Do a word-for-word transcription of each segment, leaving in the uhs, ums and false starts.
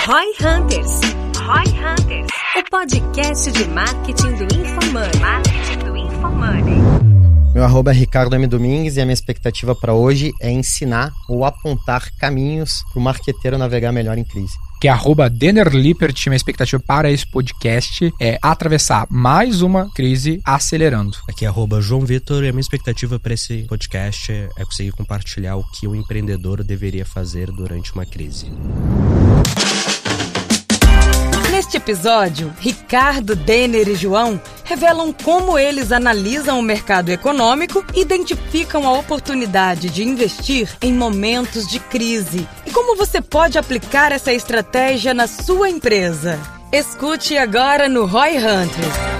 Roy Hunters. Roy Hunters. O podcast de marketing do InfoMoney. Marketing do InfoMoney. Meu arroba é Ricardo M. Domingues e a minha expectativa para hoje é ensinar ou apontar caminhos para o marqueteiro navegar melhor em crise. Que é arroba Denner Lippert, minha expectativa para esse podcast é atravessar mais uma crise acelerando. Aqui é arroba João Vitor e a minha expectativa para esse podcast é conseguir compartilhar o que o empreendedor deveria fazer durante uma crise. Neste episódio, Ricardo, Denner e João revelam como eles analisam o mercado econômico e identificam a oportunidade de investir em momentos de crise e como você pode aplicar essa estratégia na sua empresa. Escute agora no Roy Hunters.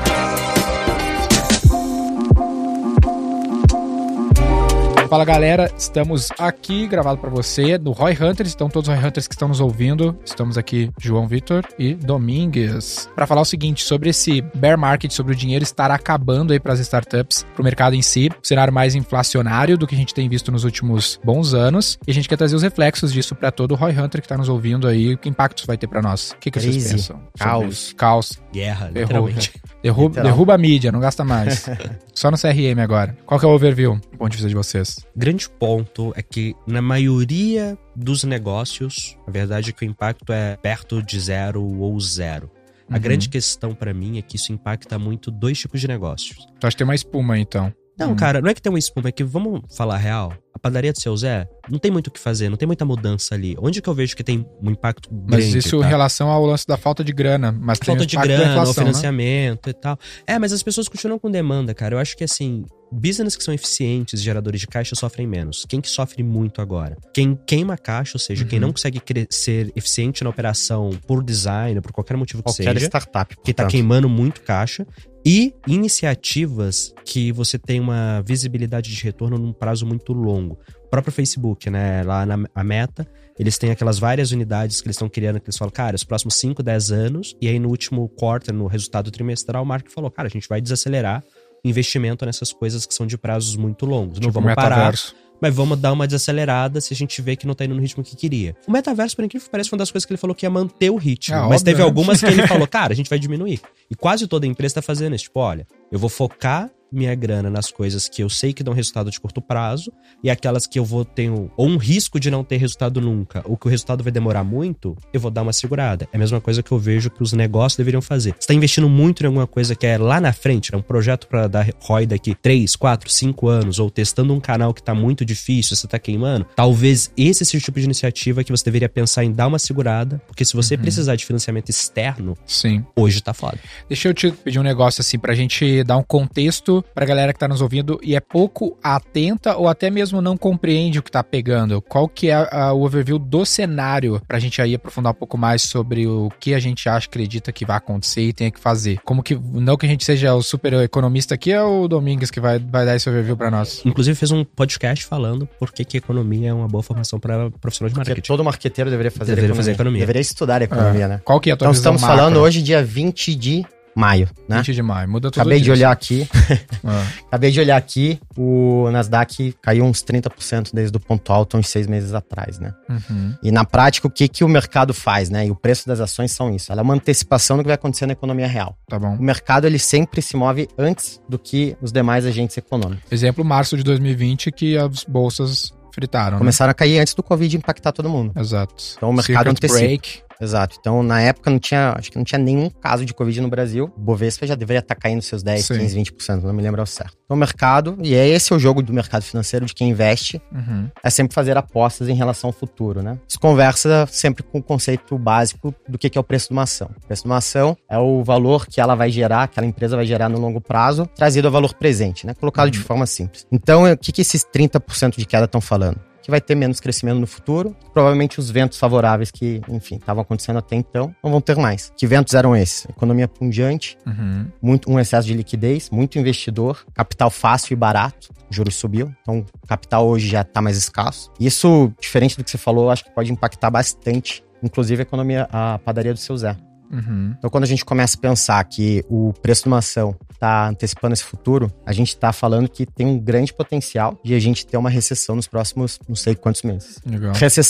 Fala galera, estamos aqui gravado para você no Roy Hunters, então todos os Roy Hunters que estão nos ouvindo, estamos aqui João Vitor e Domingues para falar o seguinte sobre esse bear market, sobre o dinheiro estar acabando aí para as startups, para o mercado em si, um cenário mais inflacionário do que a gente tem visto nos últimos bons anos, e a gente quer trazer os reflexos disso para todo o Roy Hunter que está nos ouvindo aí, que impactos vai ter para nós? O que, que vocês pensam? Caos, caos, guerra, derruba, literalmente. Derruba, derruba a mídia, não gasta mais. Só no C R M agora. Qual que é o overview do ponto de vista de vocês? Grande ponto é que na maioria dos negócios, a verdade é que o impacto é perto de zero ou zero. A uhum. grande questão pra mim é que isso impacta muito dois tipos de negócios. Tu acha que tem uma espuma aí, então? Não, hum. cara, não é que tem uma espuma, é que, vamos falar real, a padaria do seu Zé não tem muito o que fazer, não tem muita mudança ali. Onde que eu vejo que tem um impacto grande? Mas isso tá? em relação ao lance da falta de grana. Mas tem falta o de impacto grana, da inflação, o financiamento, né? e tal. É, mas as pessoas continuam com demanda, cara. Eu acho que, assim, business que são eficientes, geradores de caixa, sofrem menos. Quem que sofre muito agora? Quem queima caixa, ou seja, uhum. quem não consegue ser eficiente na operação por design, por qualquer motivo que qualquer seja. startup, que tá queimando muito caixa. E iniciativas que você tem uma visibilidade de retorno num prazo muito longo. O próprio Facebook, né? Lá na a Meta, eles têm aquelas várias unidades que eles estão criando, que eles falam, cara, os próximos cinco, dez anos, e aí no último quarter, no resultado trimestral, o Mark falou, cara, a gente vai desacelerar o investimento nessas coisas que são de prazos muito longos. Tipo, não vamos parar, mas vamos dar uma desacelerada se a gente vê que não tá indo no ritmo que queria. O metaverso, por incrível que pareça, foi uma das coisas que ele falou que ia manter o ritmo. É, mas óbvio, teve né? algumas que ele falou, cara, a gente vai diminuir. E quase toda empresa tá fazendo isso. Tipo, olha, eu vou focar minha grana nas coisas que eu sei que dão resultado de curto prazo e aquelas que eu vou ter um, ou um risco de não ter resultado nunca, ou que o resultado vai demorar muito, eu vou dar uma segurada. É a mesma coisa que eu vejo que os negócios deveriam fazer. Você tá investindo muito em alguma coisa que é lá na frente, né? Um projeto para dar R O I daqui três, quatro, cinco anos, ou testando um canal que tá muito difícil, você tá queimando, talvez esse seja o tipo de iniciativa que você deveria pensar em dar uma segurada, porque se você uhum. precisar de financiamento externo, sim, hoje tá foda. Deixa eu te pedir um negócio assim, pra gente dar um contexto pra galera que tá nos ouvindo e é pouco atenta ou até mesmo não compreende o que tá pegando. Qual que é a, a, o overview do cenário pra gente aí aprofundar um pouco mais sobre o que a gente acha, acredita que vai acontecer e tem que fazer. Como que, não que a gente seja o super economista aqui, é o Domingues que vai, vai dar esse overview pra nós. Inclusive fez um podcast falando por que que economia é uma boa formação para profissional de marketing. Porque todo marqueteiro deveria fazer deveria economia. fazer economia. Deveria estudar a economia, é. né? Qual que é a tua então, visão estamos macro? falando hoje dia vinte de maio, né? vinte de maio, muda tudo. Acabei disso. de olhar aqui. ah. Acabei de olhar aqui, o Nasdaq caiu uns trinta por cento desde o ponto alto uns seis meses atrás, né? Uhum. E na prática, o que, que o mercado faz, né? E o preço das ações são isso. Ela é uma antecipação do que vai acontecer na economia real. Tá bom. O mercado, ele sempre se move antes do que os demais agentes econômicos. Exemplo, março de dois mil e vinte, que as bolsas fritaram, Começaram né? a cair antes do Covid impactar todo mundo. Exato. Então o mercado Circuit antecipa. break. Exato. Então, na época, não tinha, acho que não tinha nenhum caso de Covid no Brasil. O Bovespa já deveria estar caindo seus dez, Sim. quinze, vinte por cento, não me lembro ao certo. Então, o mercado, e é esse o jogo do mercado financeiro, de quem investe, uhum. é sempre fazer apostas em relação ao futuro, né? Isso conversa sempre com o conceito básico do que é o preço de uma ação. O preço de uma ação é o valor que ela vai gerar, que aquela empresa vai gerar no longo prazo, trazido ao valor presente, né? Colocado uhum. de forma simples. Então, o que, que esses trinta por cento de queda estão falando? Que vai ter menos crescimento no futuro. Provavelmente os ventos favoráveis que, enfim, estavam acontecendo até então, não vão ter mais. Que ventos eram esses? Economia punjante, uhum. muito, um excesso de liquidez, muito investidor, capital fácil e barato, juros subiu, então o capital hoje já está mais escasso. Isso, diferente do que você falou, acho que pode impactar bastante, inclusive a economia, a padaria do seu Zé. Uhum. Então, quando a gente começa a pensar que o preço de uma ação está antecipando esse futuro, a gente está falando que tem um grande potencial de a gente ter uma recessão nos próximos não sei quantos meses. Legal. Recessão.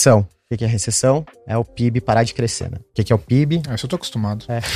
O que é recessão? É o P I B parar de crescer, né? O que é o P I B? Ah, isso eu tô acostumado. É.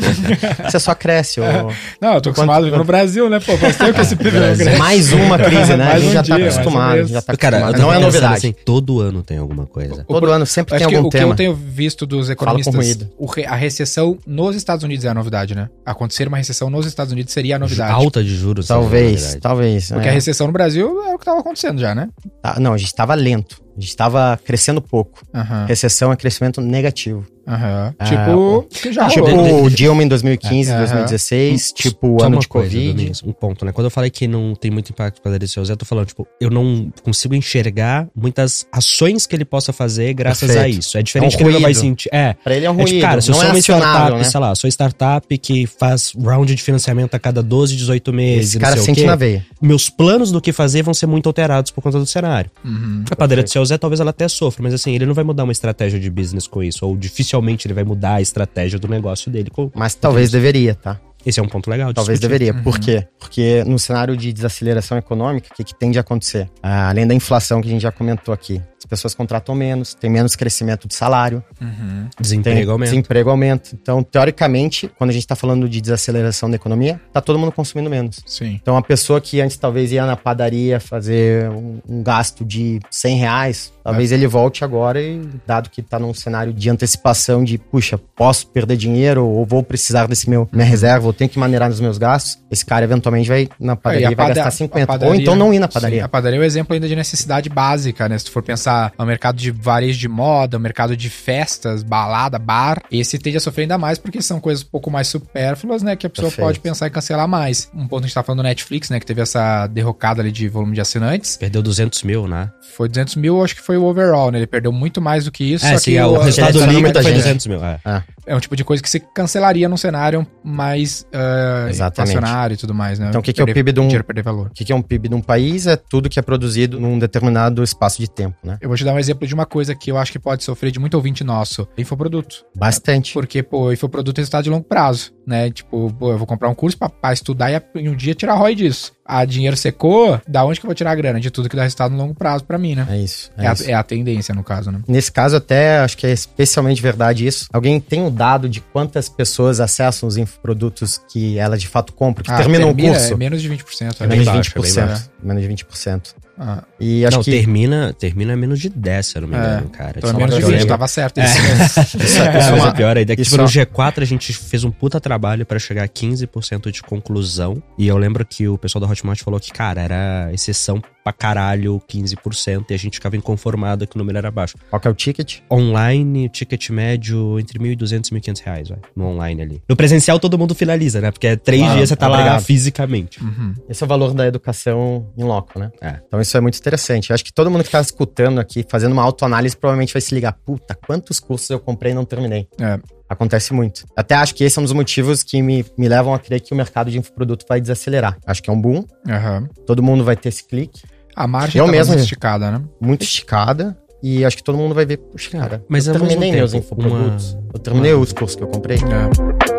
Você só cresce. Ou... Não, eu tô acostumado a viver no Brasil, né? Pô, faz tempo que esse P I B não cresce. Mais uma crise, né? Mais a gente um já dia, tá acostumado. mais um Já tá Cara, acostumado. eu Não é tô pensando novidade. Assim, todo ano tem alguma coisa. Todo ano sempre Acho tem que algum o que tema. eu tenho visto dos economistas, o re- a recessão nos Estados Unidos é a novidade, né? Acontecer uma recessão nos Estados Unidos seria a novidade. Alta de juros. Talvez, seria a talvez. Porque é. a recessão no Brasil é o que tava acontecendo já, né? Tá, não, a gente tava lento. A gente tava crescendo pouco. Aham. Recessão é crescimento negativo. Aham. Ah, Tipo, que já Tipo rolou. o Dilma em dois mil e quinze, É, dois mil e dezesseis, tipo o Só ano uma de coisa, Covid. Domingos, um ponto, né? Quando eu falei que não tem muito impacto para o seu Zé, eu tô falando, tipo, eu não consigo enxergar muitas ações que ele possa fazer graças Perfeito. a isso. É diferente É um que ele não vai ruído. sentir. É. Pra ele é um É ruído. tipo, cara, se eu não sou é uma acionável, startup, né? sei lá, sou startup que faz round de financiamento a cada doze, dezoito meses, Esse não cara sei o sente quê, na veia. meus planos do que fazer vão ser muito alterados por conta do cenário. Uhum. A padeira do seu Zé, talvez ela até sofra, mas assim, ele não vai mudar uma estratégia de business com isso, ou dificilmente ele vai mudar a estratégia do negócio dele com Mas talvez deveria, tá? Esse é um ponto legal de Talvez discutir. deveria. Por quê? Porque no cenário de desaceleração econômica, o que, que tende a acontecer? Ah, além da inflação que a gente já comentou aqui, as pessoas contratam menos, tem menos crescimento de salário, Uhum. Desemprego tem aumenta. desemprego aumenta. Então, teoricamente, quando a gente tá falando de desaceleração da economia, tá todo mundo consumindo menos. Sim. Então, a pessoa que antes talvez ia na padaria fazer um, um gasto de cem reais, talvez ele volte agora e, dado que tá num cenário de antecipação de, puxa, posso perder dinheiro ou vou precisar desse meu minha reserva, ou tenho que maneirar nos meus gastos, esse cara eventualmente vai na padaria É, e vai pada- gastar a cinquenta. padaria- ou então não ir na padaria. Sim, a padaria é um exemplo ainda de necessidade básica, né? Se tu for pensar no mercado de varejo de moda, o mercado de festas, balada, bar, esse tende a sofrer ainda mais porque são coisas um pouco mais supérfluas, né? Que a pessoa Perfeito. pode pensar em cancelar mais. Um ponto que a gente tá falando do Netflix, né? Que teve essa derrocada ali de volume de assinantes. Perdeu duzentos mil, né? Foi duzentos mil, acho que foi o overall, né? Ele perdeu muito mais do que isso, É, só sim, que é, o resultado adicionou líquido muita foi gente. duzentos mil. É. é um tipo de coisa que você cancelaria num cenário mais uh, Exatamente. inflacionário e tudo mais, né? Então, o que que é o Perder- P I B de um- dinheiro perder valor. O que que é um P I B de um país? É tudo que é produzido num determinado espaço de tempo, né? Eu vou te dar um exemplo de uma coisa que eu acho que pode sofrer de muito ouvinte nosso. Infoproduto. Bastante. Porque, pô, infoproduto é resultado de longo prazo, né? Tipo, pô, eu vou comprar um curso pra, pra estudar e em um dia tirar R O I disso. A dinheiro secou, da onde que eu vou tirar a grana? De tudo que dá resultado no longo prazo pra mim, né? É isso. É É, a, isso. é a tendência, no caso, né? Nesse caso, até acho que é especialmente verdade isso. Alguém tem um dado de quantas pessoas acessam os infoprodutos que ela de fato compra, que Ah, terminam o termina, curso? É menos de vinte por cento. É É menos de bem vinte por baixo, é bem cento. Menos de vinte por cento. Ah, E acho não, que termina, termina menos de dez, se eu não me engano, É, cara. então é Só menos de que eu vinte, lembro- tava certo É. isso. isso, É, isso é mas uma- é pior aí. Daqui isso tipo, no é- G quatro a gente fez um puta trabalho pra chegar a quinze por cento de conclusão. E eu lembro que o pessoal da Hotmart falou que, cara, era exceção pra caralho quinze por cento. E a gente ficava inconformado que o número era baixo. Qual que é o ticket? Online, o ticket médio entre mil e duzentos e mil e quinhentos reais, vai, no online ali. No presencial todo mundo finaliza, né? Porque é três Claro, dias você tá lá obrigado. fisicamente. Uhum. Esse é o valor da educação em loco, né? É. Então isso é muito interessante. Eu acho que todo mundo que tá escutando aqui, fazendo uma autoanálise, provavelmente vai se ligar. Puta, quantos cursos eu comprei e não terminei? É. Acontece muito. Até acho que esse é um dos motivos que me, me levam a crer que o mercado de infoproduto vai desacelerar. Acho que é um boom. Aham. Todo mundo vai ter esse clique. A margem Eu tá mesmo- muito esticada, né? Muito esticada. E acho que todo mundo vai ver, puxa, cara, mas eu ao mesmo terminei tempo, meus infoprodutos. uma- Eu terminei uma- os cursos que eu comprei. É.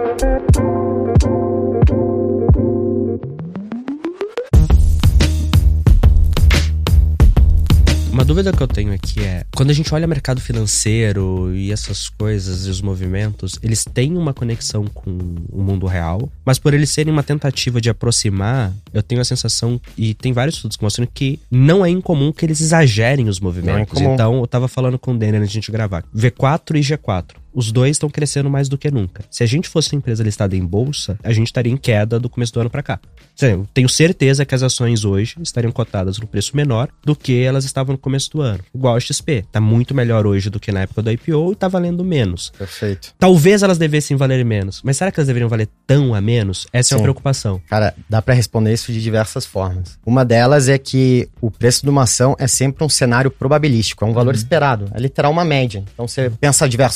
Uma dúvida que eu tenho aqui é, quando a gente olha mercado financeiro e essas coisas e os movimentos, eles têm uma conexão com o mundo real, mas por eles serem uma tentativa de aproximar, eu tenho a sensação, e tem vários estudos que mostram que não é incomum que eles exagerem os movimentos. incomum. Então, eu tava falando com o Denner antes de a gente gravar. V quatro e G quatro. Os dois estão crescendo mais do que nunca. Se a gente fosse uma empresa listada em bolsa, a gente estaria em queda do começo do ano pra cá. Eu tenho certeza que as ações hoje estariam cotadas no preço menor do que elas estavam no começo do ano. Igual a X P. Tá muito melhor hoje do que na época do I P O e tá valendo menos. Perfeito. Talvez elas devessem valer menos. Mas será que elas deveriam valer tão a menos? Essa é uma Sim. preocupação. Cara, dá pra responder isso de diversas formas. Uma delas é que o preço de uma ação é sempre um cenário probabilístico, é um valor esperado, é literal uma média. Então você pensa diversos cenários,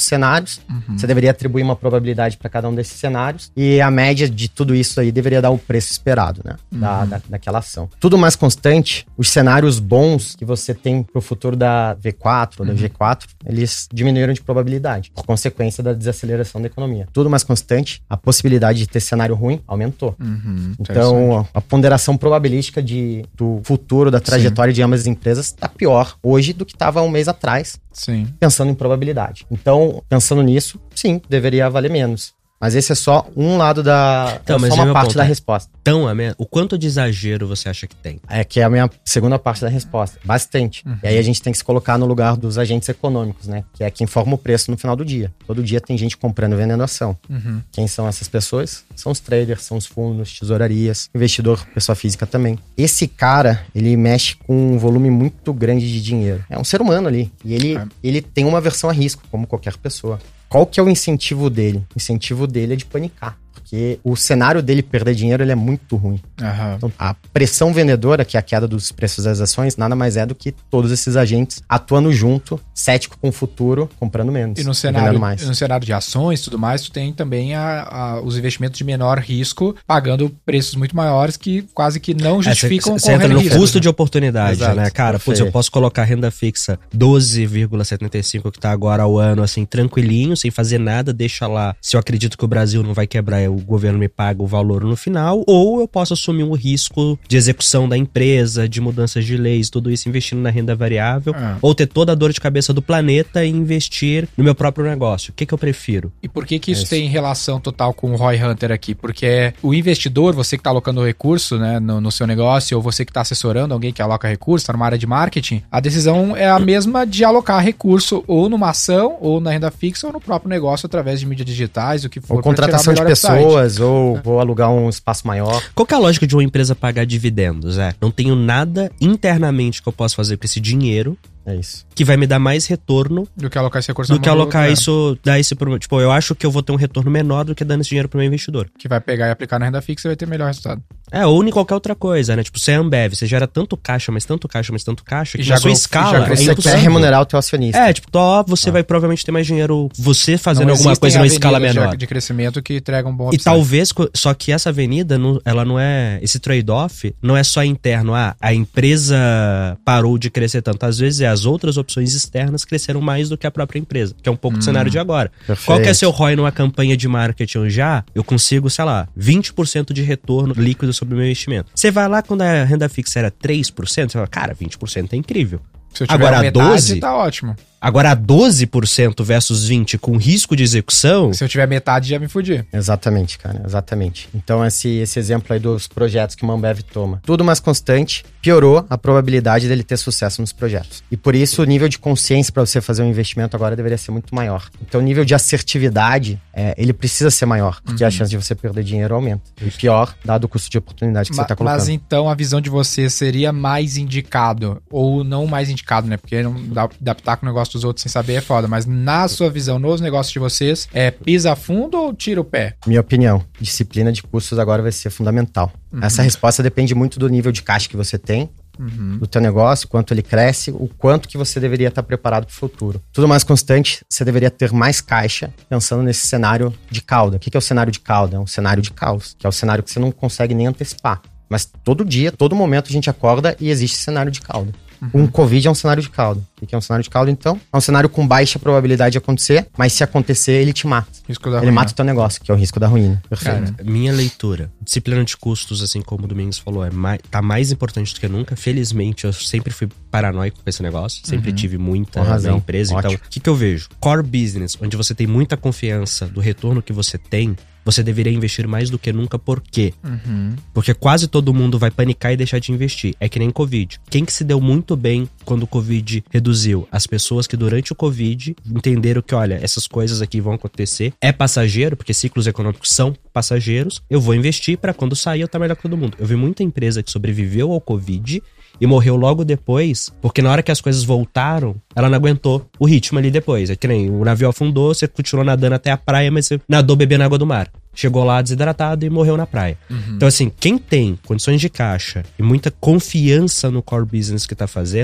cenários. Uhum. Você deveria atribuir uma probabilidade para cada um desses cenários. E a média de tudo isso aí deveria dar o preço esperado, né? Uhum. Da, da, daquela ação. Tudo mais constante, os cenários bons que você tem pro futuro da V quatro ou da uhum. G quatro, eles diminuíram de probabilidade, por consequência da desaceleração da economia. Tudo mais constante, a possibilidade de ter cenário ruim aumentou. Uhum. Então, a ponderação probabilística de, do futuro, da trajetória Sim. de ambas as empresas está pior hoje do que estava um mês atrás. Sim. Pensando em probabilidade. Então, pensando nisso, sim, deveria valer menos. Mas esse é só um lado da... Então, é mas só uma parte ponto, da é resposta. Então, o quanto de exagero você acha que tem? É que é a minha segunda parte da resposta. Bastante. Uhum. E aí a gente tem que se colocar no lugar dos agentes econômicos, né? Que é quem forma o preço no final do dia. Todo dia tem gente comprando e vendendo ação. Uhum. Quem são essas pessoas? São os traders, são os fundos, tesourarias, investidor, pessoa física também. Esse cara, ele mexe com um volume muito grande de dinheiro. É um ser humano ali. E ele, é. ele tem uma aversão a risco, como qualquer pessoa. Qual que é o incentivo dele? O incentivo dele é de panicar. Porque o cenário dele perder dinheiro, ele é muito ruim. Uhum. Então, a pressão vendedora, que é a queda dos preços das ações, nada mais é do que todos esses agentes atuando junto, cético com o futuro, comprando menos. E no cenário, mais. no cenário de ações e tudo mais, tu tem também a, a, os investimentos de menor risco, pagando preços muito maiores que quase que não justificam é, Você entra no risco, custo né? de oportunidade, Exato. né? Cara, putz, eu posso colocar renda fixa doze vírgula setenta e cinco que tá agora ao ano, assim, tranquilinho, sem fazer nada, deixa lá. Se eu acredito que o Brasil não vai quebrar, o governo me paga o valor no final, ou eu posso assumir um risco de execução da empresa, de mudanças de leis, tudo isso investindo na renda variável, é. ou ter toda a dor de cabeça do planeta e investir no meu próprio negócio. O que que eu prefiro? E por que que isso, é isso. tem relação total com o Roy Hunter aqui? Porque o investidor, você que está alocando recurso né, no, no seu negócio, ou você que está assessorando alguém que aloca recurso, está numa área de marketing, a decisão é a mesma de alocar recurso ou numa ação, ou na renda fixa, ou no próprio negócio através de mídias digitais, o que for. Ou contratação de pessoas, ou é. vou alugar um espaço maior. Qual que é a lógica de uma empresa pagar dividendos? É, não tenho nada internamente que eu possa fazer com esse dinheiro. É isso. Que vai me dar mais retorno do que alocar esse recurso do que alocar é. isso, dar esse pro, tipo, eu acho que eu vou ter um retorno menor do que dando esse dinheiro pro meu investidor. Que vai pegar e aplicar na renda fixa e vai ter melhor resultado. É, ou em qualquer outra coisa, né? Tipo, você é Ambev, você gera tanto caixa, mas tanto caixa, mas tanto caixa, que já na sua escala já você quer remunerar o teu acionista. É, tipo, tó, você ah. vai provavelmente ter mais dinheiro, você fazendo não alguma coisa numa escala menor. De crescimento que entrega um bom upside. E talvez, só que essa avenida, ela não é, esse trade-off não é só interno, ah, a empresa parou de crescer tanto. Às vezes é as outras opções externas cresceram mais do que a própria empresa, que é um pouco hum, do cenário de agora. Perfeito. Qual que é seu R O I numa campanha de marketing já? Eu consigo, sei lá, vinte por cento de retorno líquido sobre o meu investimento. Você vai lá quando a renda fixa era três por cento, você fala, cara, vinte por cento é incrível. Se eu tiver agora a doze, tá ótimo. Agora, doze por cento versus vinte por cento com risco de execução... Se eu tiver metade, já me fudi. Exatamente, cara, exatamente. Então, esse, esse exemplo aí dos projetos que o Ambev toma. Tudo mais constante, piorou a probabilidade dele ter sucesso nos projetos. E por isso, o nível de consciência para você fazer um investimento agora deveria ser muito maior. Então, o nível de assertividade, é, ele precisa ser maior, porque uhum. a chance de você perder dinheiro aumenta. E pior, dado o custo de oportunidade que Ma- você está colocando. Mas então, a visão de você seria mais indicado, ou não mais indicado, né? Porque não dá, dá pitaco no negócio dos outros sem saber é foda, mas na sua visão, nos negócios de vocês, é pisa fundo ou tira o pé? Minha opinião, disciplina de custos agora vai ser fundamental. Uhum. Essa resposta depende muito do nível de caixa que você tem, uhum. do teu negócio, quanto ele cresce, o quanto que você deveria estar preparado para o futuro. Tudo mais constante, você deveria ter mais caixa pensando nesse cenário de cauda. O que é o cenário de cauda? É um cenário de caos, que é o cenário que você não consegue nem antecipar. Mas todo dia, todo momento a gente acorda e existe cenário de cauda. Uhum. Um Covid é um cenário de cauda. O que é um cenário de cauda, então? É um cenário com baixa probabilidade de acontecer, mas se acontecer, ele te mata. Risco da ele ruína. mata o teu negócio, que é o risco da ruína. Perfeito. Cara, minha leitura, disciplina de custos, assim como o Domingos falou, é mais, tá mais importante do que nunca. Felizmente, eu sempre fui paranoico com esse negócio. Sempre uhum. tive muita na empresa. Ótimo. Então, o que, que eu vejo? Core business, onde você tem muita confiança do retorno que você tem, você deveria investir mais do que nunca. Por quê? Uhum. Porque quase todo mundo vai panicar e deixar de investir. É que nem Covid. Quem que se deu muito bem quando o Covid reduziu? As pessoas que durante o Covid entenderam que, olha, essas coisas aqui vão acontecer. É passageiro, porque ciclos econômicos são passageiros. Eu vou investir para quando sair eu estar melhor que todo mundo. Eu vi muita empresa que sobreviveu ao Covid e morreu logo depois, porque na hora que as coisas voltaram, ela não aguentou o ritmo ali depois. É que nem o navio afundou, você continuou nadando até a praia, mas você nadou bebendo água do mar. Chegou lá desidratado e morreu na praia. Uhum. Então, assim, quem tem condições de caixa e muita confiança no core business que tá fazendo,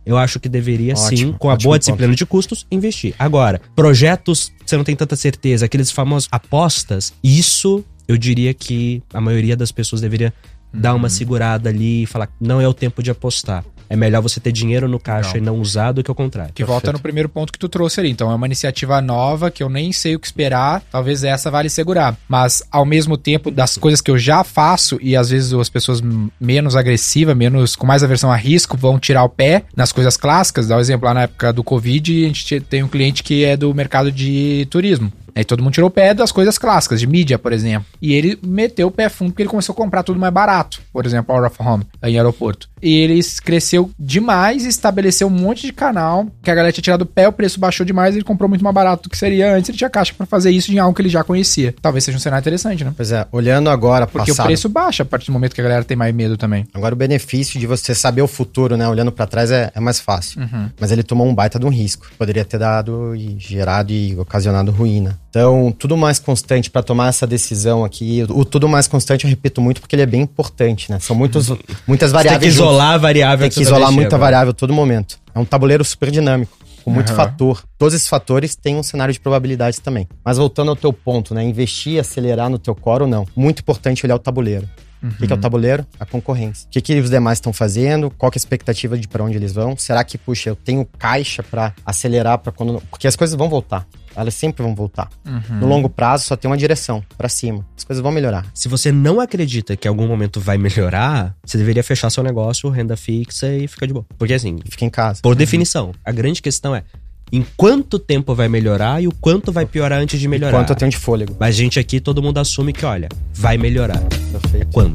eu acho que deveria Ótimo, sim, com a ótimo boa ponto. disciplina de custos, investir. Agora, projetos, você não tem tanta certeza, aqueles famosos apostas, isso eu diria que a maioria das pessoas deveria uhum. dar uma segurada ali e falar, não é o tempo de apostar. É melhor você ter dinheiro no caixa Legal. e não usar do que o contrário. Que volta no primeiro ponto que tu trouxe ali. Então é uma iniciativa nova que eu nem sei o que esperar. Talvez essa vale segurar. Mas ao mesmo tempo, das coisas que eu já faço, e às vezes as pessoas menos agressivas, menos com mais aversão a risco, vão tirar o pé nas coisas clássicas. Dá um exemplo, lá na época do Covid, a gente tem um cliente que é do mercado de turismo. Aí todo mundo tirou o pé das coisas clássicas, de mídia, por exemplo. E ele meteu o pé fundo porque ele começou a comprar tudo mais barato. Por exemplo, Out of Home, em aeroporto. E ele cresceu demais e estabeleceu um monte de canal que a galera tinha tirado o pé, o preço baixou demais e ele comprou muito mais barato do que seria antes. Ele tinha caixa pra fazer isso em algo que ele já conhecia. Talvez seja um cenário interessante, né? Pois é, olhando agora Porque passado, o preço baixa a partir do momento que a galera tem mais medo também. Agora o benefício de você saber o futuro, né? Olhando pra trás é, é mais fácil. Uhum. Mas ele tomou um baita de um risco. Poderia ter dado e gerado e ocasionado ruína. Então, tudo mais constante para tomar essa decisão aqui. O tudo mais constante eu repito muito porque ele é bem importante, né? São muitos, muitas variáveis. Tem que isolar a variável. Tem que isolar muita variável a todo momento. É um tabuleiro super dinâmico, com muito Uhum. fator. Todos esses fatores têm um cenário de probabilidades também. Mas voltando ao teu ponto, né? Investir, acelerar no teu core ou não. Muito importante olhar o tabuleiro. Uhum. O que, que é o tabuleiro? A concorrência. O que, que os demais estão fazendo? Qual que é a expectativa de para onde eles vão? Será que, puxa, eu tenho caixa para acelerar para quando... Porque as coisas vão voltar. Elas sempre vão voltar. Uhum. No longo prazo, só tem uma direção, pra cima. As coisas vão melhorar. Se você não acredita que em algum momento vai melhorar, você deveria fechar seu negócio, renda fixa e ficar de boa. Porque assim, Fica em casa. por Uhum. definição, a grande questão é em quanto tempo vai melhorar e o quanto vai piorar antes de melhorar. Quanto eu tenho de fôlego. Mas a gente aqui, todo mundo assume que, olha, vai melhorar. Perfeito. Quando?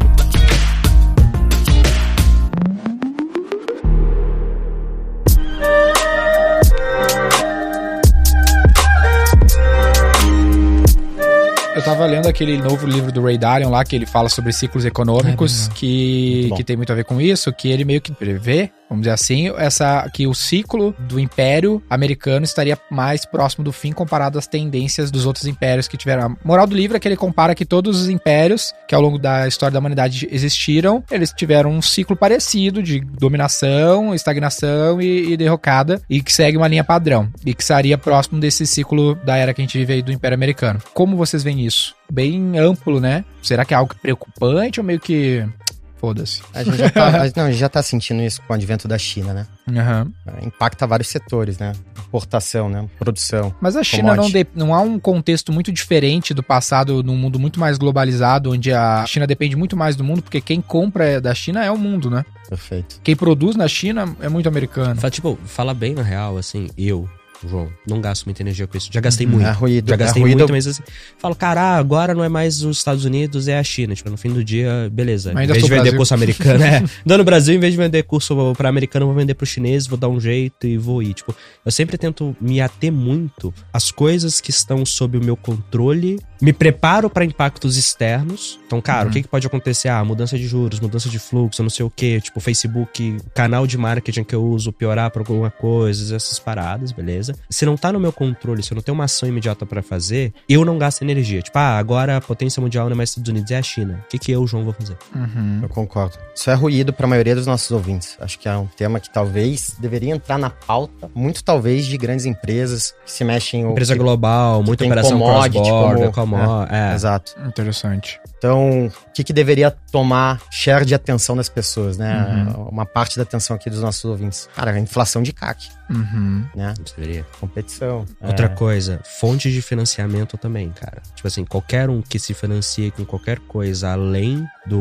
Eu tava lendo aquele novo livro do Ray Dalio lá, que ele fala sobre ciclos econômicos, É, que, que tem muito a ver com isso, que ele meio que prevê, vamos dizer assim, essa, que o ciclo do Império Americano estaria mais próximo do fim comparado às tendências dos outros impérios que tiveram. A moral do livro é que ele compara que todos os impérios que ao longo da história da humanidade existiram, eles tiveram um ciclo parecido de dominação, estagnação e, e derrocada, e que segue uma linha padrão, e que estaria próximo desse ciclo da era que a gente vive aí do Império Americano. Como vocês veem isso? Bem amplo, né? Será que é algo preocupante ou meio que... Foda-se. A gente já tá, a, não, a gente já tá sentindo isso com o advento da China, né? Uhum. Impacta vários setores, né? Importação, né? Produção. Mas a China não, commodity. de, não há um contexto muito diferente do passado, num mundo muito mais globalizado, onde a China depende muito mais do mundo, porque quem compra da China é o mundo, né? Perfeito. Quem produz na China é muito americano. Fala, tipo, fala bem na real, assim, eu, João, não gasto muita energia com isso. Já gastei Uhum. muito. É ruído, Já gastei é ruído. muito, mas assim, falo, cara, ah, agora não é mais os Estados Unidos, é a China. Tipo, no fim do dia, beleza. Mas Em ainda vez de sou vender Brasil. curso americano, é. Dando no Brasil, em vez de vender curso pra americano, eu vou vender pro chinês, vou dar um jeito e vou ir. Tipo, eu sempre tento me ater muito às coisas que estão sob o meu controle, me preparo pra impactos externos. Então, cara, Uhum. o que, que pode acontecer? Ah, mudança de juros, mudança de fluxo, não sei o quê. Tipo, Facebook, canal de marketing que eu uso, piorar por alguma coisa, essas paradas, beleza? Se não tá no meu controle, se eu não tenho uma ação imediata pra fazer, eu não gasto energia. Tipo, ah, agora a potência mundial não é mais Estados Unidos, é a China. O que que eu, João, vou fazer? Uhum. Eu concordo. Isso é ruído para a maioria dos nossos ouvintes. Acho que é um tema que talvez deveria entrar na pauta, muito talvez, de grandes empresas que se mexem... ou Empresa que- global, muita tem operação commodity cross-border, como- como, é. Exato. Interessante. Então, o que, que deveria tomar share de atenção das pessoas, né? Uhum. Uma parte da atenção aqui dos nossos ouvintes. Cara, a inflação de C A C, Uhum. né? Isso deveria. Competição. Outra É, coisa, fonte de financiamento também, cara. Tipo assim, qualquer um que se financie com qualquer coisa além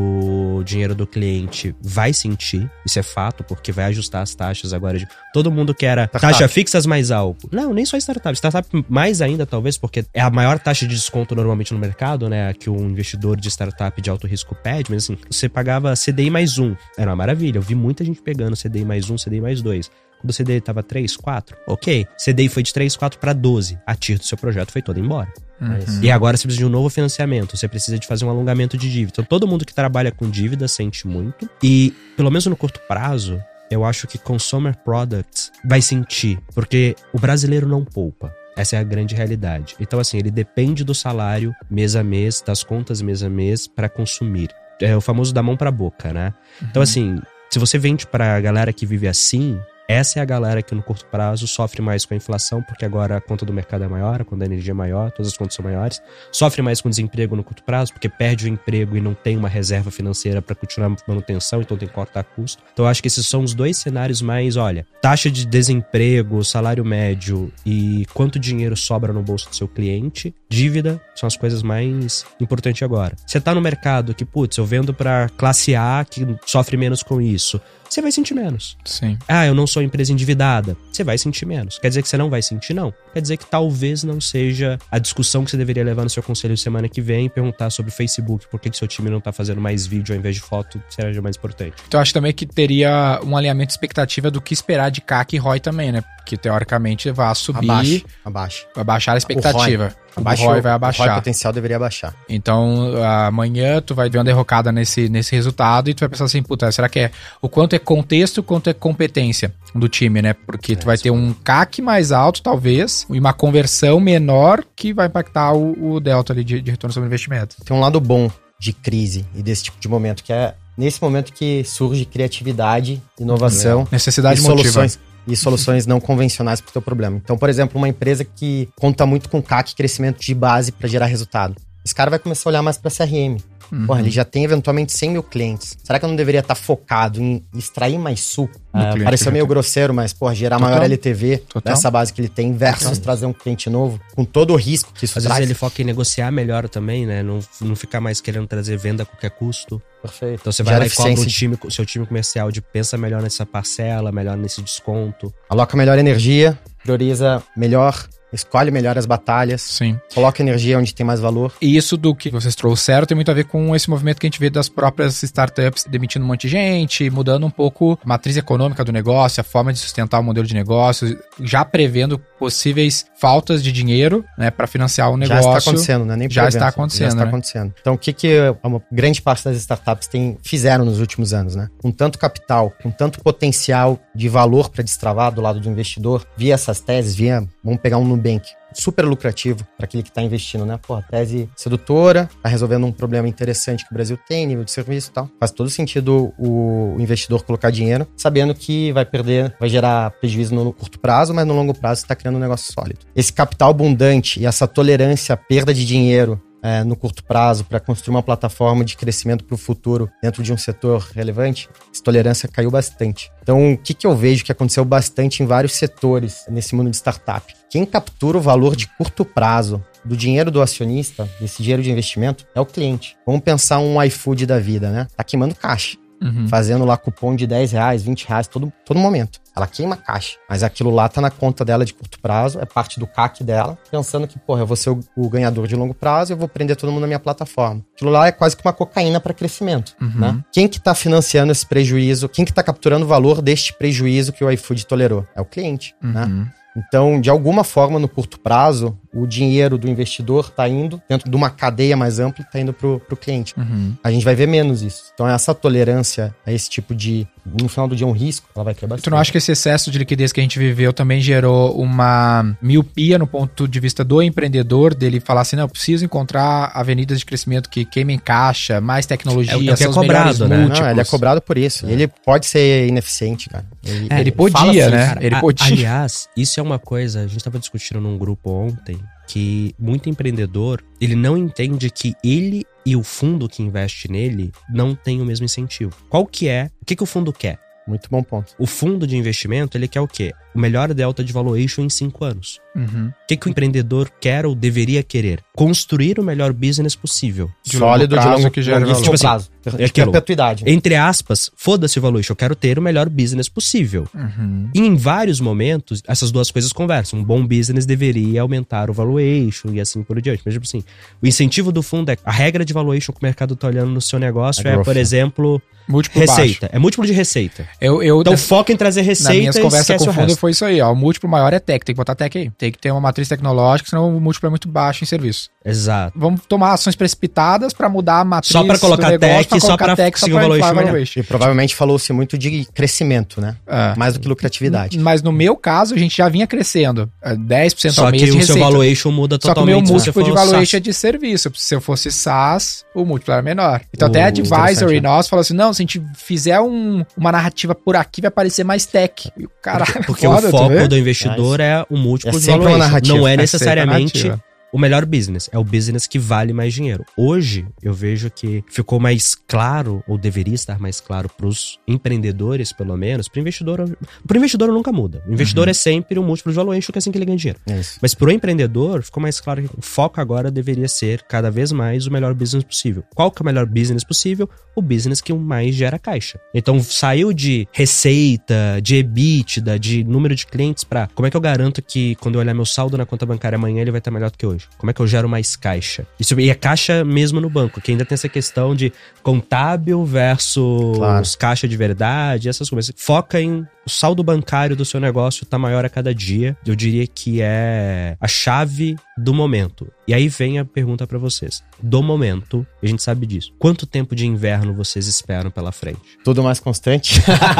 do dinheiro do cliente vai sentir. Isso é fato, porque vai ajustar as taxas agora. De... Todo mundo que era Startup. taxa fixas mais alto. Não, nem só startup. Startup mais ainda, talvez, porque é a maior taxa de desconto normalmente no mercado, né? Que um investidor de startup de alto risco pede. Mas assim, você pagava C D I mais um. Era uma maravilha. Eu vi muita gente pegando C D I mais um, C D I mais dois. Quando o C D I tava três, quatro, ok. C D I foi de três, quatro para doze. A TIR do seu projeto foi toda embora. Uhum. E agora você precisa de um novo financiamento. Você precisa de fazer um alongamento de dívida. Então todo mundo que trabalha com dívida sente muito. E, pelo menos no curto prazo, eu acho que consumer products vai sentir. Porque o brasileiro não poupa. Essa é a grande realidade. Então, assim, ele depende do salário mês a mês, das contas mês a mês, para consumir. É o famoso da mão pra boca, né? Então, assim, se você vende pra galera que vive assim, Essa é a galera que no curto prazo sofre mais com a inflação, porque agora a conta do mercado é maior, a conta da energia é maior, todas as contas são maiores. Sofre mais com desemprego no curto prazo, porque perde o emprego e não tem uma reserva financeira para continuar a manutenção, então tem que cortar custo. Então eu acho que esses são os dois cenários mais, olha, taxa de desemprego, salário médio e quanto dinheiro sobra no bolso do seu cliente, dívida, são as coisas mais importantes agora. Você tá no mercado que, putz, eu vendo pra classe A que sofre menos com isso, você vai sentir menos. Sim. Ah, eu não sou empresa endividada. Você vai sentir menos. Quer dizer que você não vai sentir? Não. Quer dizer que talvez não seja a discussão que você deveria levar no seu conselho semana que vem e perguntar sobre o Facebook, por que que seu time não tá fazendo mais vídeo ao invés de foto, seja mais importante. Então eu acho também que teria um alinhamento de expectativa do que esperar de C A C e R O I também, né? Porque teoricamente vai subir, Abaixo, abaixo. vai baixar a expectativa. O Abaixo, R O I vai O abaixar. R O I potencial deveria abaixar. Então, amanhã tu vai ver uma derrocada nesse, nesse resultado e tu vai pensar assim, puta, será que é o quanto é contexto, o quanto é competência do time, né? Porque tu É, vai ter um C A C mais alto, talvez, e uma conversão menor que vai impactar o, o delta ali de, de retorno sobre investimento. Tem um lado bom de crise e desse tipo de momento, que é nesse momento que surge criatividade, inovação Necessidade e motiva. soluções. E soluções não convencionais para o teu problema. Então, por exemplo, uma empresa que conta muito com C A C, crescimento de base para gerar resultado. Esse cara vai começar a olhar mais para C R M. Uhum. Porra, ele já tem eventualmente cem mil clientes. Será que eu não deveria estar focado em extrair mais suco? No Ah, cliente pareceu que já meio tem. grosseiro, mas, porra, gerar Total. maior L T V Total. dessa base que ele tem versus Total. trazer um cliente novo, com todo o risco que isso Às traz. vezes ele foca em negociar melhor também, né? Não, não ficar mais querendo trazer venda a qualquer custo. Perfeito. Então você vai Gera lá e cobra o eficiência. time, o seu time comercial de pensa melhor nessa parcela, melhor nesse desconto. Aloca melhor energia, prioriza melhor, escolhe melhor as batalhas, Sim. coloca energia onde tem mais valor. E isso do que vocês trouxeram tem muito a ver com esse movimento que a gente vê das próprias startups demitindo um monte de gente, mudando um pouco a matriz econômica do negócio, a forma de sustentar o modelo de negócio, já prevendo possíveis faltas de dinheiro, né, para financiar o negócio. Já está acontecendo, né? Nem Já prevendo, está acontecendo, Já está né? acontecendo. Então, o que, que uma grande parte das startups tem, fizeram nos últimos anos, né? Com tanto capital, com tanto potencial de valor para destravar do lado do investidor, via essas teses, via, vamos pegar um Nubank, super lucrativo para aquele que está investindo, né? Pô, tese sedutora, tá resolvendo um problema interessante que o Brasil tem, nível de serviço e tal. Faz todo sentido o, o investidor colocar dinheiro, sabendo que vai perder, vai gerar prejuízo no curto prazo, mas no longo prazo está criando um negócio sólido. Esse capital abundante e essa tolerância à perda de dinheiro é, no curto prazo para construir uma plataforma de crescimento para o futuro dentro de um setor relevante, essa tolerância caiu bastante. Então, o que, que eu vejo que aconteceu bastante em vários setores nesse mundo de startup? Quem captura o valor de curto prazo do dinheiro do acionista, desse dinheiro de investimento, é o cliente. Vamos pensar um iFood da vida, né? Tá queimando caixa. Uhum. Fazendo lá cupom de dez reais, vinte reais, todo, todo momento. Ela queima caixa. Mas aquilo lá tá na conta dela de curto prazo, é parte do C A C dela, pensando que, porra, eu vou ser o, o ganhador de longo prazo e eu vou prender todo mundo na minha plataforma. Aquilo lá é quase que uma cocaína para crescimento, Uhum. né? Quem que tá financiando esse prejuízo? Quem que tá capturando o valor deste prejuízo que o iFood tolerou? É o cliente, né? Uhum. Então, de alguma forma, no curto prazo, o dinheiro do investidor está indo, dentro de uma cadeia mais ampla, está indo para o cliente. Uhum. A gente vai ver menos isso. Então, essa tolerância a esse tipo de, no final do dia, um risco, ela vai criar bastante. Tu não acha que esse excesso de liquidez que a gente viveu também gerou uma miopia no ponto de vista do empreendedor, dele falar assim, não, eu preciso encontrar avenidas de crescimento que queimem caixa, mais tecnologia, É o- é o que são é os melhores cobrado, né? múltiplos. Não, ele é cobrado por isso. Ele pode ser ineficiente, cara. Ele, É, ele fala podia, assim, né? cara, Ele A- podia. Aliás, isso é uma coisa, a gente estava discutindo num grupo ontem, que muito empreendedor, ele não entende que ele e o fundo que investe nele não tem o mesmo incentivo. Qual que é? O que, que o fundo quer? Muito bom ponto. O fundo de investimento, ele quer o quê? O melhor delta de valuation em cinco anos. Uhum. O que, que o empreendedor quer ou deveria querer? Construir o melhor business possível. De Sólido, longo de prazo longo que gera longuíssimo valor. Tipo prazo. é De aquilo. perpetuidade. Entre aspas, foda-se o valuation, eu quero ter o melhor business possível. Uhum. E em vários momentos, essas duas coisas conversam. Um bom business deveria aumentar o valuation e assim por diante. Mas, tipo assim, o incentivo do fundo é a regra de valuation que o mercado tá olhando no seu negócio É é, growth, por né? exemplo, Múltiplo receita. baixo. É múltiplo de receita. Eu, eu, Então das- foca em trazer nas receita minhas e conversas esquece com o o fundo resto. foi isso aí, ó. O múltiplo maior é tech, tem que botar tech aí. tem que ter uma matriz tecnológica, senão o múltiplo é muito baixo em serviço. Exato. Vamos tomar ações precipitadas para mudar a matriz Só para colocar do negócio, tech, só para conseguir um valuation melhor. E provavelmente falou-se muito de crescimento, né? É. Mais do que lucratividade. Mas no meu caso, a gente já vinha crescendo. dez por cento Só ao mês que de o receita. seu valuation muda Só que o totalmente. meu múltiplo de valuation SaaS. é de serviço. Se eu fosse SaaS, o múltiplo era menor. Então O- até a Advisory interessante, né? nossa falou assim, não, se a gente fizer um- uma narrativa por aqui, vai parecer mais tech. E o caralho, Porque foda, o tu foco vê? do investidor é o múltiplo É de sempre uma valuation. narrativa. Não é É necessariamente sempre narrativa. o melhor business. É o business que vale mais dinheiro. Hoje, eu vejo que ficou mais claro, ou deveria estar mais claro pros empreendedores, pelo menos. Pro investidor, pro investidor nunca muda. O investidor Uhum. é sempre o múltiplo de valuation, que é assim que ele ganha dinheiro. É isso. Mas pro empreendedor, ficou mais claro que o foco agora deveria ser cada vez mais o melhor business possível. Qual que é o melhor business possível? O business que mais gera caixa. Então saiu de receita, de EBITDA, de número de clientes pra como é que eu garanto que quando eu olhar meu saldo na conta bancária amanhã ele vai estar melhor do que hoje? Como é que eu gero mais caixa? Isso, e é caixa mesmo no banco, que ainda tem essa questão de contábil versus Claro. caixa de verdade, essas coisas. Foca em o saldo bancário do seu negócio tá maior a cada dia. Eu diria que é a chave do momento. E aí vem a pergunta pra vocês. Do momento, a gente sabe disso. Quanto tempo de inverno vocês esperam pela frente? Tudo mais constante.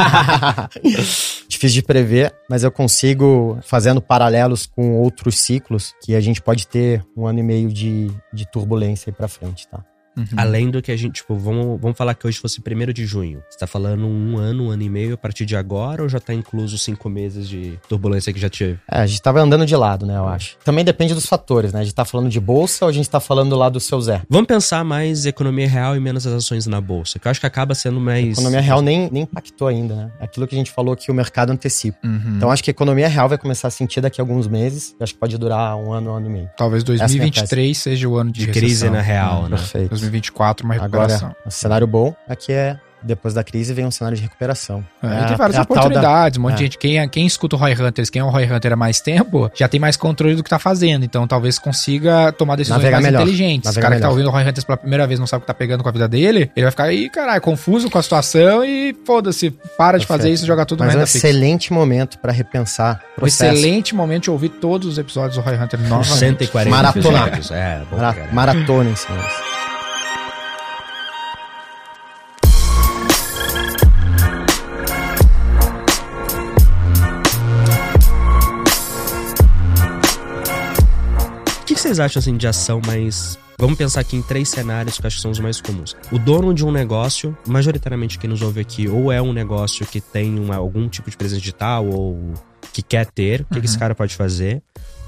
Difícil de prever, mas eu consigo, fazendo paralelos com outros ciclos, que a gente pode ter um ano e meio de, de turbulência aí pra frente, tá? Uhum. Além do que a gente, tipo, vamos, vamos falar que hoje fosse primeiro de junho. Você tá falando um ano, um ano e meio a partir de agora, ou já tá incluso cinco meses de turbulência que já tive? É, a gente tava andando de lado, né, eu acho. Também depende dos fatores, né? A gente tá falando de bolsa ou a gente tá falando lá do seu Zé? Vamos pensar mais economia real e menos as ações na bolsa, que eu acho que acaba sendo mais... A economia real nem, nem impactou ainda, né? É aquilo que a gente falou que o mercado antecipa. Uhum. Então acho que a economia real vai começar a sentir daqui a alguns meses. Eu acho que pode durar um ano, um ano e meio. Talvez dois mil e vinte e três seja o ano de, de crise recessão. na real, Uhum. né? Perfeito. dois mil e vinte e quatro, uma recuperação. Agora, um cenário bom aqui é, depois da crise, vem um cenário de recuperação. É, É e tem a- várias é a tal oportunidades, da- um monte é. de gente. Quem, é- quem escuta o Roy Hunters, quem é um Roy Hunter há mais tempo, já tem mais controle do que tá fazendo. Então talvez consiga tomar decisões Navegar mais melhor. inteligentes. Navegar O cara que tá melhor. ouvindo o Roy Hunters pela primeira vez não sabe o que tá pegando com a vida dele, ele vai ficar aí, caralho, confuso com a situação e foda-se, para de fazer Perfeito. isso e jogar tudo Mas na é um renda fixa. excelente momento para repensar o Um processo. excelente momento de ouvir todos os episódios do Roy Hunter novamente. cento e quarenta Maratonar. episódios. É, bom, Mara- cara. Maratona, senhores. O que que vocês acham assim de ação mais... Vamos pensar aqui em três cenários que eu acho que são os mais comuns. O dono de um negócio, majoritariamente quem nos ouve aqui, ou é um negócio que tem uma- algum tipo de presença digital ou que quer ter, o que, que esse cara pode fazer?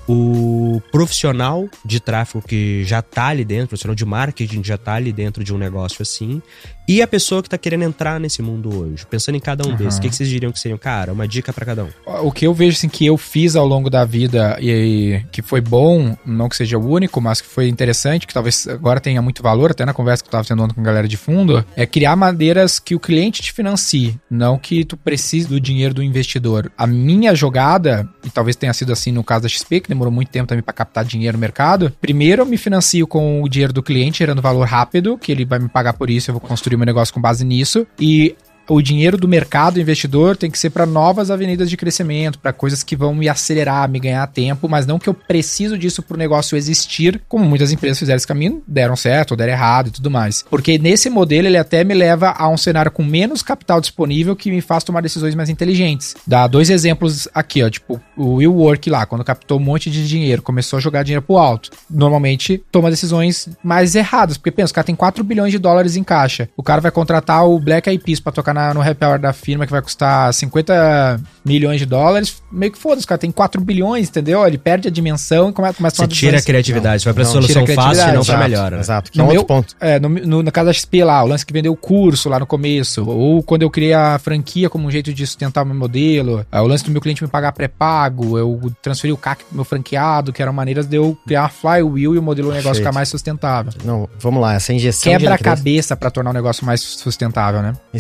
O profissional de tráfego que já tá ali dentro, o profissional de marketing que já tá ali dentro de um negócio assim, e a pessoa que tá querendo entrar nesse mundo hoje. Pensando em cada um desses, o que, que vocês diriam que seriam? Cara, uma dica pra cada um. O que eu vejo assim que eu fiz ao longo da vida e que foi bom, não que seja o único, mas que foi interessante, que talvez agora tenha muito valor, até na conversa que eu tava tendo ontem com a galera de fundo, é criar maneiras que o cliente te financie, não que tu precise do dinheiro do investidor. A minha jogada, e talvez tenha sido assim no caso da X P, que demorou muito tempo também pra captar dinheiro no mercado, primeiro eu me financio com o dinheiro do cliente, gerando valor rápido, que ele vai me pagar por isso, eu vou construir meu negócio com base nisso, e o dinheiro do mercado investidor tem que ser para novas avenidas de crescimento, para coisas que vão me acelerar, me ganhar tempo, mas não que eu preciso disso para o negócio existir, como muitas empresas fizeram esse caminho, deram certo ou deram errado e tudo mais. Porque nesse modelo ele até me leva a um cenário com menos capital disponível que me faz tomar decisões mais inteligentes. Dá dois exemplos aqui, ó, tipo o WeWork lá, quando captou um monte de dinheiro, começou a jogar dinheiro pro alto. Normalmente toma decisões mais erradas, porque pensa, o cara tem quatro bilhões de dólares em caixa, o cara vai contratar o Black Eyed Peas para tocar na, no happy hour da firma que vai custar cinquenta milhões de dólares, meio que foda-se, o cara tem quatro bilhões, entendeu? Ele perde a dimensão e começa, começa a Você tomar tira a decisões. criatividade, vai pra não, solução tira a fácil e não pra criatividade. melhor. né? Exato, que No é um meu- outro ponto. É, no, no, na casa da X P lá, o lance que vendeu o curso lá no começo, ou quando eu criei a franquia como um jeito de sustentar o meu modelo, é, o lance do meu cliente me pagar pré-pago, eu transferi o C A C pro meu franqueado, que eram maneiras de eu criar uma flywheel e o modelo do negócio Perfeito. ficar mais sustentável. Não, vamos lá, essa injeção de Quebra a liquidez, cabeça pra tornar o negócio mais sustentável, né? esse excesso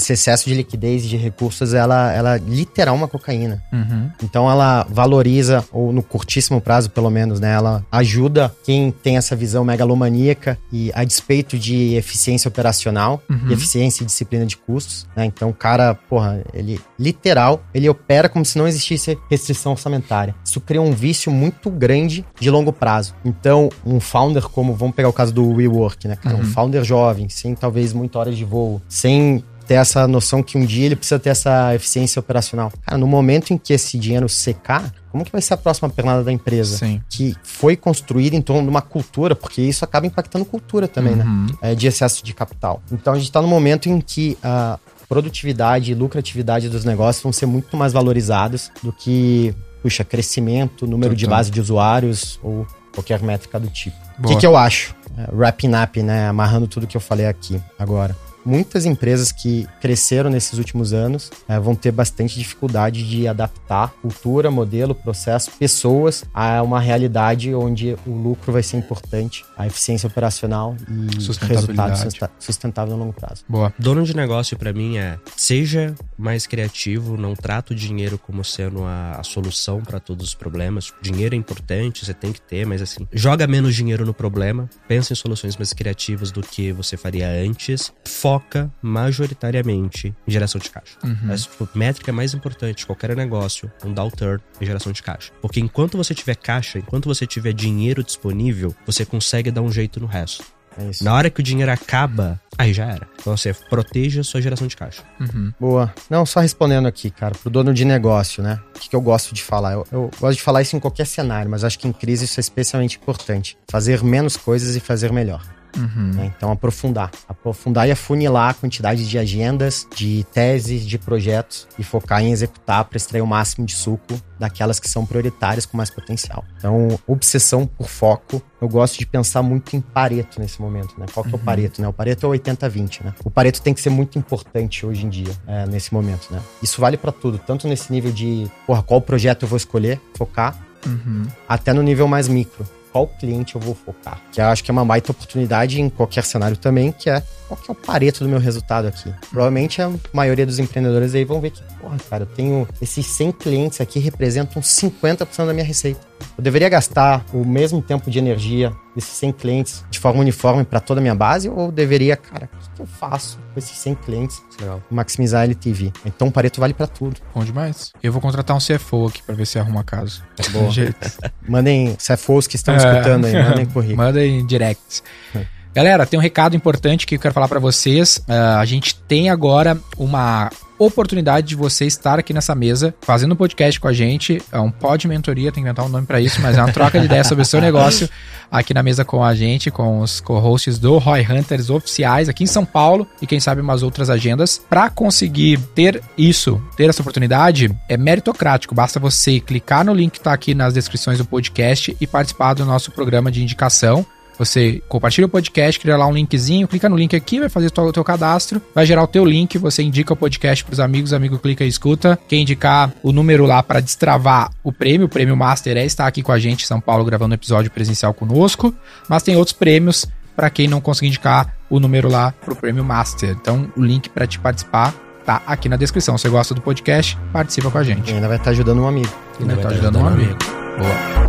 de liquidez e de recursos, ela, ela é literal uma cocaína. Uhum. Então ela valoriza, ou no curtíssimo prazo pelo menos, né? Ela ajuda quem tem essa visão megalomaníaca e a despeito de eficiência operacional, Uhum. e eficiência e disciplina de custos, né? Então o cara, porra, ele literal, ele opera como se não existisse restrição orçamentária. Isso cria um vício muito grande de longo prazo. Então um founder como, vamos pegar o caso do WeWork, né, cara? Uhum. Um founder jovem, sem talvez muitas horas de voo, sem ter essa noção que um dia ele precisa ter essa eficiência operacional. Cara, no momento em que esse dinheiro secar, como que vai ser a próxima pernada da empresa? Sim. Que foi construída em torno de uma cultura, porque isso acaba impactando cultura também, Uhum. né? É, de excesso de capital. Então a gente tá no momento em que a produtividade e lucratividade dos negócios vão ser muito mais valorizados do que, puxa, crescimento, número de Total. base de usuários ou qualquer métrica do tipo. O Boa. que, que eu acho? É, wrapping up, né? Amarrando tudo que eu falei aqui agora. Muitas empresas que cresceram nesses últimos anos é, vão ter bastante dificuldade de adaptar cultura, modelo, processo, pessoas a uma realidade onde o lucro vai ser importante, a eficiência operacional e Sustentabilidade. resultado susta- sustentável no longo prazo. Boa. Dono de negócio, pra mim, é seja mais criativo, não trata o dinheiro como sendo a, a solução pra todos os problemas. Dinheiro é importante, você tem que ter, mas assim, joga menos dinheiro no problema, pensa em soluções mais criativas do que você faria antes, foca majoritariamente em geração de caixa. Uhum. Essa tipo, métrica mais importante de qualquer negócio, um downturn, é geração de caixa. Porque enquanto você tiver caixa, enquanto você tiver dinheiro disponível, você consegue dar um jeito no resto. É isso. Na hora que o dinheiro acaba, aí já era. Então você proteja a sua geração de caixa. Uhum. Boa. Não, só respondendo aqui, cara, pro dono de negócio, né? O que, que eu gosto de falar? Eu, eu gosto de falar isso em qualquer cenário, mas acho que em crise isso é especialmente importante. Fazer menos coisas e fazer melhor. Uhum. Né? Então, aprofundar. Aprofundar e afunilar a quantidade de agendas, de teses, de projetos e focar em executar para extrair o máximo de suco daquelas que são prioritárias com mais potencial. Então, obsessão por foco. Eu gosto de pensar muito em Pareto nesse momento, né? Qual que é o Pareto, né? O Pareto é oitenta vinte, né? O Pareto tem que ser muito importante hoje em dia, é, nesse momento, né? Isso vale para tudo, tanto nesse nível de, porra, qual projeto eu vou escolher, focar, Uhum. até no nível mais micro. Qual cliente eu vou focar? Que eu acho que é uma baita oportunidade em qualquer cenário também, que é qual que é o Pareto do meu resultado aqui. Provavelmente a maioria dos empreendedores aí vão ver que, porra, cara, eu tenho esses cem clientes aqui representam cinquenta por cento da minha receita. Eu deveria gastar o mesmo tempo de energia desses cem clientes de forma uniforme para toda a minha base, ou eu deveria, cara, o que, que eu faço com esses cem clientes? Legal. Maximizar a L T V. Então o Pareto vale para tudo. Bom demais. Eu vou contratar um C F O aqui pra ver se arruma casa. Boa. De jeito. Mandem C F Os que estão É. escutando aí, mandem currículo. Manda em direct. Galera, tem um recado importante que eu quero falar pra vocês. Uh, a gente tem agora uma oportunidade de você estar aqui nessa mesa, fazendo um podcast com a gente. É um pod mentoria, tem que inventar um nome pra isso, mas é uma troca de ideias sobre o seu negócio aqui na mesa com a gente, com os co-hosts do Roy Hunters oficiais aqui em São Paulo e quem sabe umas outras agendas. Pra conseguir ter isso, ter essa oportunidade, é meritocrático. Basta você clicar no link que tá aqui nas descrições do podcast e participar do nosso programa de indicação. Você compartilha o podcast, cria lá um linkzinho, clica no link aqui, vai fazer o teu cadastro, vai gerar o teu link, você indica o podcast pros amigos, o amigo clica e escuta. Quem indicar o número lá para destravar o prêmio, o prêmio Master é estar aqui com a gente em São Paulo gravando um episódio presencial conosco, mas tem outros prêmios para quem não conseguir indicar o número lá pro prêmio Master. Então o link para te participar tá aqui na descrição. Se você gosta do podcast, participa com a gente. E ainda vai estar ajudando um amigo. E ainda tá ajudando um amigo. Boa.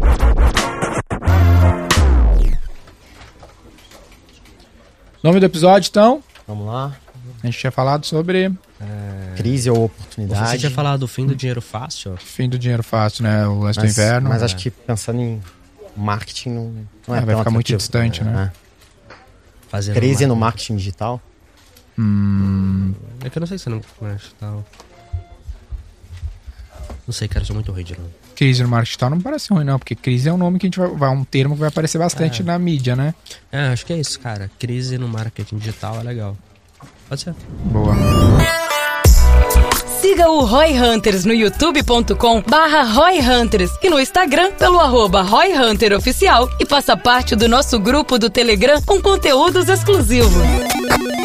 Nome do episódio, então, Vamos lá. a gente tinha falado sobre Crise ou oportunidade. Você tinha falado do fim do dinheiro fácil? fim do dinheiro fácil, né? O lance do mas, inverno. Mas É. acho que pensando em marketing não, não é Ah, vai tão ficar muito atrativo. distante, né? É. Fazendo Crise no uma- marketing digital. Hum, É que eu não sei se você não conhece tal. Não sei, cara, eu sou muito ruim de nome. crise no marketing digital não parece ruim, não, porque crise é um nome que a gente vai, vai um termo que vai aparecer bastante É. na mídia, né? É, acho que é isso, cara. Crise no marketing digital é legal. Pode ser. Boa. Siga o Roy Hunters no youtube ponto com barra Roy Hunters e no Instagram pelo arroba Roy Hunter Oficial e faça parte do nosso grupo do Telegram com conteúdos exclusivos.